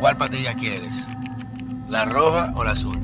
¿Cuál patilla quieres? ¿La roja o la azul?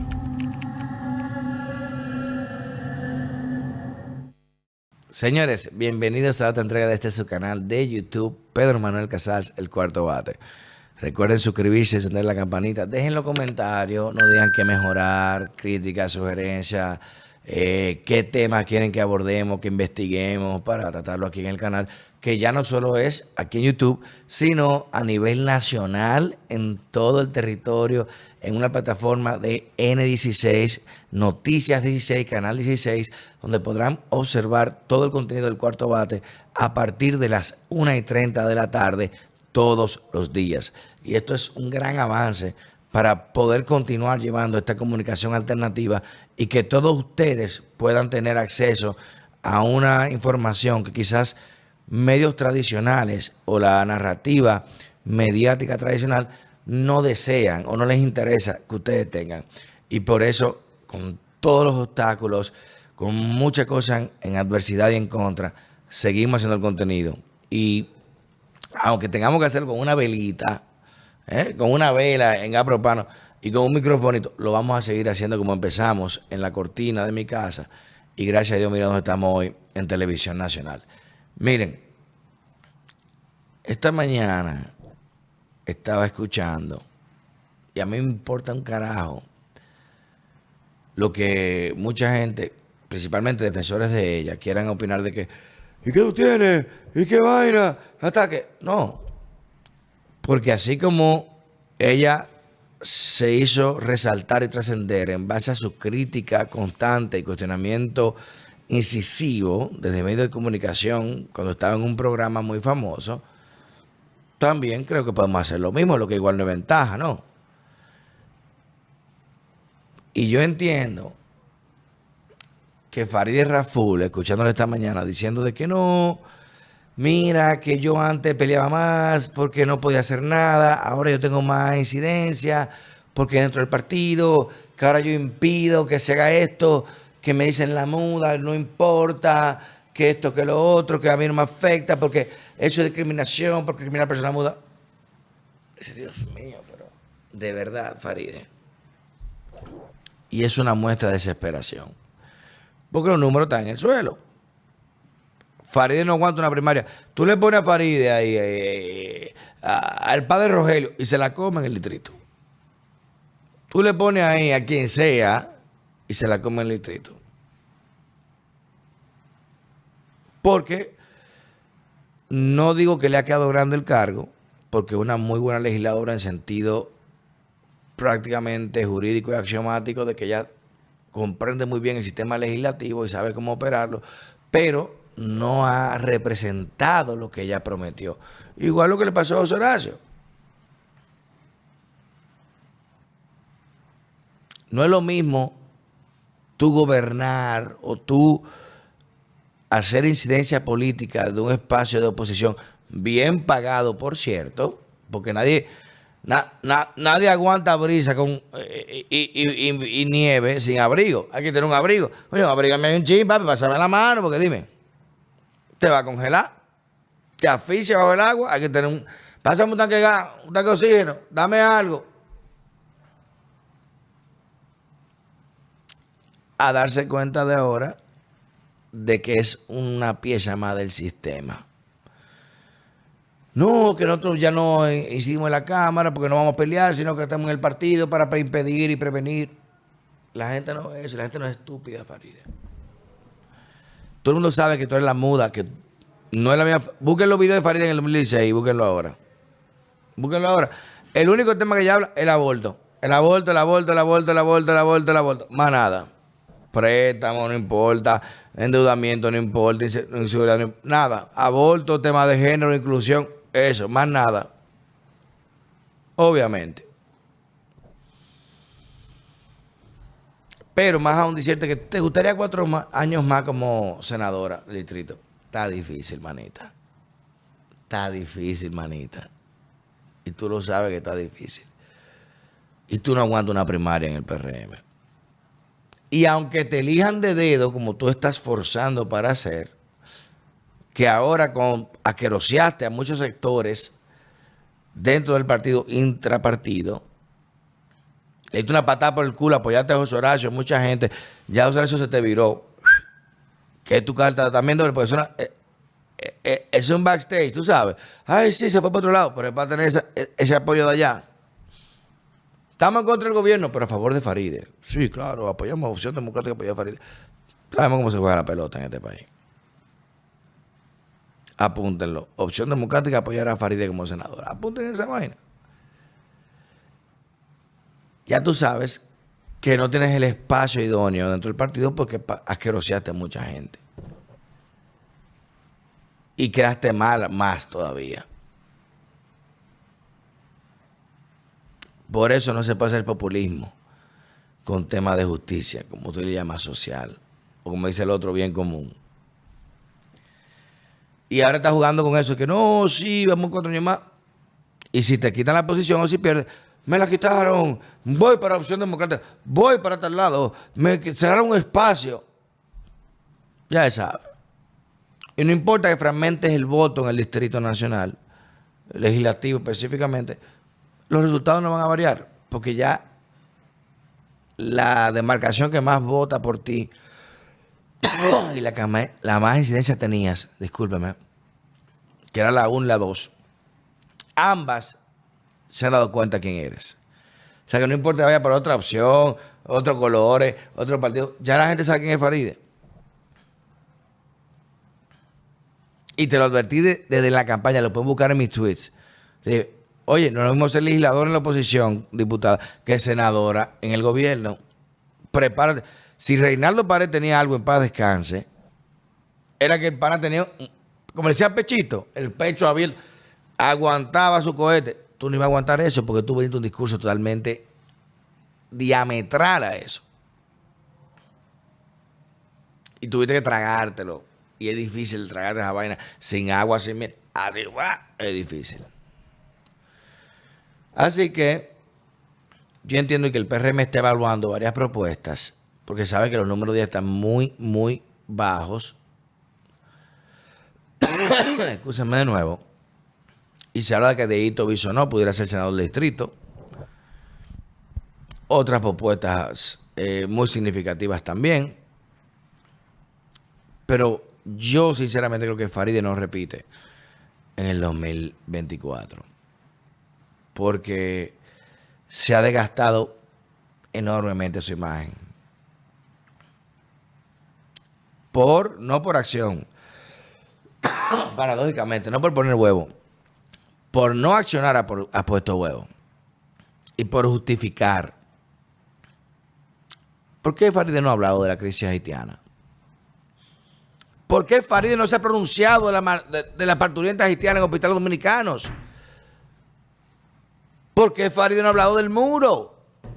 Señores, bienvenidos a otra entrega de su canal de YouTube, Pedro Manuel Casals, El Cuarto Bate. Recuerden suscribirse, encender la campanita, dejen los comentarios, no digan qué mejorar, críticas, sugerencias, qué temas quieren que abordemos, que investiguemos para tratarlo aquí en el canal, que ya no solo es aquí en YouTube, sino a nivel nacional, en todo el territorio, en una plataforma de N16, Noticias 16, Canal 16, donde podrán observar todo el contenido del Cuarto Bate a partir de las 1:30 de la tarde, todos los días. Y esto es un gran avance para poder continuar llevando esta comunicación alternativa y que todos ustedes puedan tener acceso a una información que quizás medios tradicionales o la narrativa mediática tradicional no desean o no les interesa que ustedes tengan. Y por eso, con todos los obstáculos, con muchas cosas en adversidad y en contra, seguimos haciendo el contenido. Y aunque tengamos que hacerlo con una velita, con una vela en gas propano y con un microfonito, lo vamos a seguir haciendo como empezamos en la cortina de mi casa. Y gracias a Dios, mira dónde estamos hoy en Televisión Nacional. Miren, esta mañana estaba escuchando, y a mí me importa un carajo lo que mucha gente, principalmente defensores de ella, quieran opinar de que ¿y qué tú tienes? ¿Y qué vaina? Ataque. No. Porque así como ella se hizo resaltar y trascender en base a su crítica constante y cuestionamiento incisivo desde medios de comunicación cuando estaba en un programa muy famoso, también creo que podemos hacer lo mismo, lo que igual no es ventaja, ¿no? Y yo entiendo que Farideh Raful, escuchándole esta mañana, diciendo de que no, mira, que yo antes peleaba más porque no podía hacer nada, ahora yo tengo más incidencia porque dentro del partido, que ahora yo impido que se haga esto, que me dicen la muda, no importa, que esto, que lo otro, que a mí no me afecta porque eso es discriminación, porque discriminar a la persona muda. Dios mío, pero de verdad, Farideh. Y es una muestra de desesperación. Porque los números están en el suelo. Farideh no aguanta una primaria. Tú le pones a Farideh ahí, al padre Rogelio, y se la come en el distrito. Tú le pones ahí a quien sea y se la come en el distrito. Porque no digo que le ha quedado grande el cargo, porque es una muy buena legisladora en sentido prácticamente jurídico y axiomático de que ella comprende muy bien el sistema legislativo y sabe cómo operarlo, pero no ha representado lo que ella prometió. Igual lo que le pasó a José Horacio. No es lo mismo tú gobernar o tú hacer incidencia política de un espacio de oposición bien pagado, por cierto, porque nadie aguanta brisa con y nieve sin abrigo. Hay que tener un abrigo. Oye, abrígame un chin, papi, pásame la mano, porque dime, te va a congelar, te asfixia bajo el agua. Hay que tener un, pásame un tanque de gas, un tanque de oxígeno, dame algo. A darse cuenta de ahora de que es una pieza más del sistema. No, que nosotros ya no hicimos en la Cámara porque no vamos a pelear, sino que estamos en el partido para impedir y prevenir. La gente no es eso, la gente no es estúpida, Farideh. Todo el mundo sabe que tú eres la muda, que no es la misma. Busquen los videos de Farideh en el 2016, búsquenlo ahora. Búsquenlo ahora. El único tema que ella habla es el aborto. El aborto, el aborto, el aborto, el aborto, el aborto, el aborto. Más nada. Préstamo, no importa. Endeudamiento, no importa. Inseguridad, no, nada. Aborto, tema de género, inclusión. Eso, más nada. Obviamente. Pero más aún decirte que te gustaría 4 años más como senadora del distrito. Está difícil, manita. Está difícil, manita. Y tú lo sabes que está difícil. Y tú no aguantas una primaria en el PRM. Y aunque te elijan de dedo, como tú estás forzando para hacer, que ahora asqueroseaste a muchos sectores dentro del partido, intrapartido. Le diste una patada por el culo, apoyaste a José Horacio, mucha gente. Ya José Horacio se te viró. Que es tu carta también doble, porque es un backstage, tú sabes. Ay, sí, se fue para otro lado, pero es para tener ese apoyo de allá. Estamos en contra del gobierno, pero a favor de Faride. Sí, claro, apoyamos a Opción Democrática, apoyamos a Faride. Sabemos cómo se juega la pelota en este país. Apúntenlo. Opción Democrática apoyará a Faride como senadora. Apúntenlo esa vaina. Ya tú sabes que no tienes el espacio idóneo dentro del partido porque asqueroseaste a mucha gente. Y quedaste mal más todavía. Por eso no se puede hacer populismo con temas de justicia, como tú le llamas social, o como dice el otro, bien común. Y ahora estás jugando con eso, que no, sí, vamos 4 años más. Y si te quitan la posición o si pierdes, me la quitaron, voy para Opción Democrática, voy para tal lado, me cerraron un espacio. Ya sabes. Y no importa que fragmentes el voto en el Distrito Nacional, legislativo específicamente, los resultados no van a variar, porque ya la demarcación que más vota por ti y la más incidencia tenías, discúlpeme, que era la 1 y la 2, ambas se han dado cuenta quién eres. O sea que no importa que vaya por otra opción, otros colores, otro partido, ya la gente sabe quién es Faride. Y te lo advertí desde la campaña, lo pueden buscar en mis tweets. Oye, no es lo mismo ser legislador en la oposición, diputada, que senadora en el gobierno. Prepárate. Si Reinaldo Pared tenía algo en paz descanse, era que el pana tenía, como decía Pechito, el pecho abierto, aguantaba su cohete. Tú no ibas a aguantar eso porque tú veniste un discurso totalmente diametral a eso. Y tuviste que tragártelo. Y es difícil tragarte esa vaina sin agua, sin miel. Así, es difícil. Así que yo entiendo que el PRM está evaluando varias propuestas porque sabe que los números de están muy, muy bajos. Escúchenme de nuevo. Y se habla de que Deito Bisonó pudiera ser senador del distrito. Otras propuestas muy significativas también. Pero yo sinceramente creo que Faride no repite en el 2024. Porque se ha desgastado enormemente su imagen. No por acción. Paradójicamente, no por poner huevo. Por no accionar ha puesto huevo. Y por justificar. ¿Por qué Faride no ha hablado de la crisis haitiana? ¿Por qué Faride no se ha pronunciado de la parturienta haitiana en hospitales dominicanos? ¿Por qué Faride no ha hablado del muro?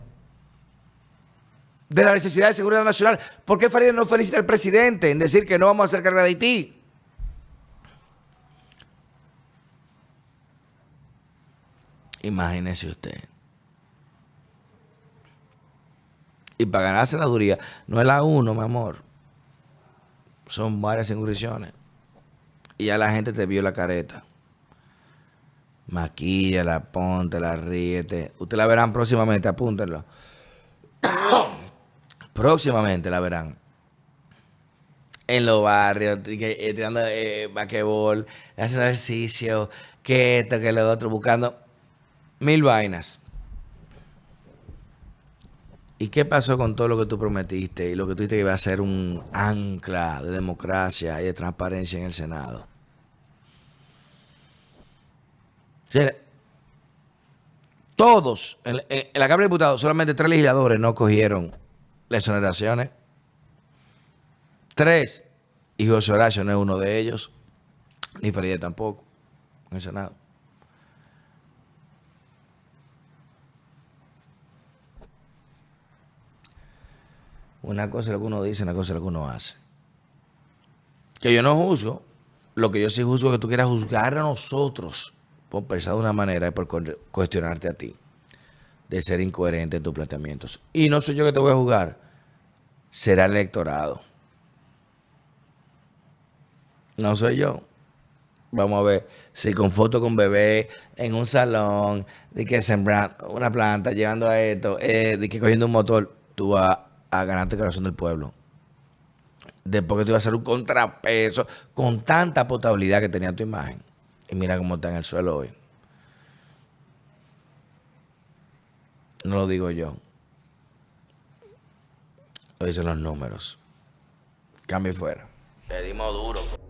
De la necesidad de seguridad nacional. ¿Por qué Faride no felicita al presidente en decir que no vamos a hacer carga de Haití? Imagínese usted. Y para ganar la senaduría, no es la 1, mi amor. Son varias incursiones. Y ya la gente te vio la careta. Maquíllala, póntela, ríete. Ustedes la verán próximamente, apúntenlo. Próximamente la verán. En los barrios, tirando basquetbol, haciendo ejercicio, que esto, que lo otro, buscando 1000 vainas. ¿Y qué pasó con todo lo que tú prometiste y lo que tú dijiste que iba a ser un ancla de democracia y de transparencia en el Senado? O sea, todos, en la Cámara de Diputados, solamente 3 legisladores no cogieron las exoneraciones. 3. Y José Horacio no es uno de ellos, ni Faride tampoco, en el Senado. Una cosa es lo que uno dice, una cosa es lo que uno hace. Que yo no juzgo. Lo que yo sí juzgo es que tú quieras juzgar a nosotros por pensar de una manera y por cuestionarte a ti. De ser incoherente en tus planteamientos. Y no soy yo que te voy a juzgar. Será el electorado. No soy yo. Vamos a ver si con foto con bebé en un salón, de que sembrando una planta, llegando a esto, de que cogiendo un motor, tú vas a ganarte el corazón del pueblo. Después que tú vas a hacer un contrapeso con tanta potabilidad que tenía tu imagen. Y mira cómo está en el suelo hoy. No lo digo yo, lo dicen los números. Cambio y fuera. Le dimos duro.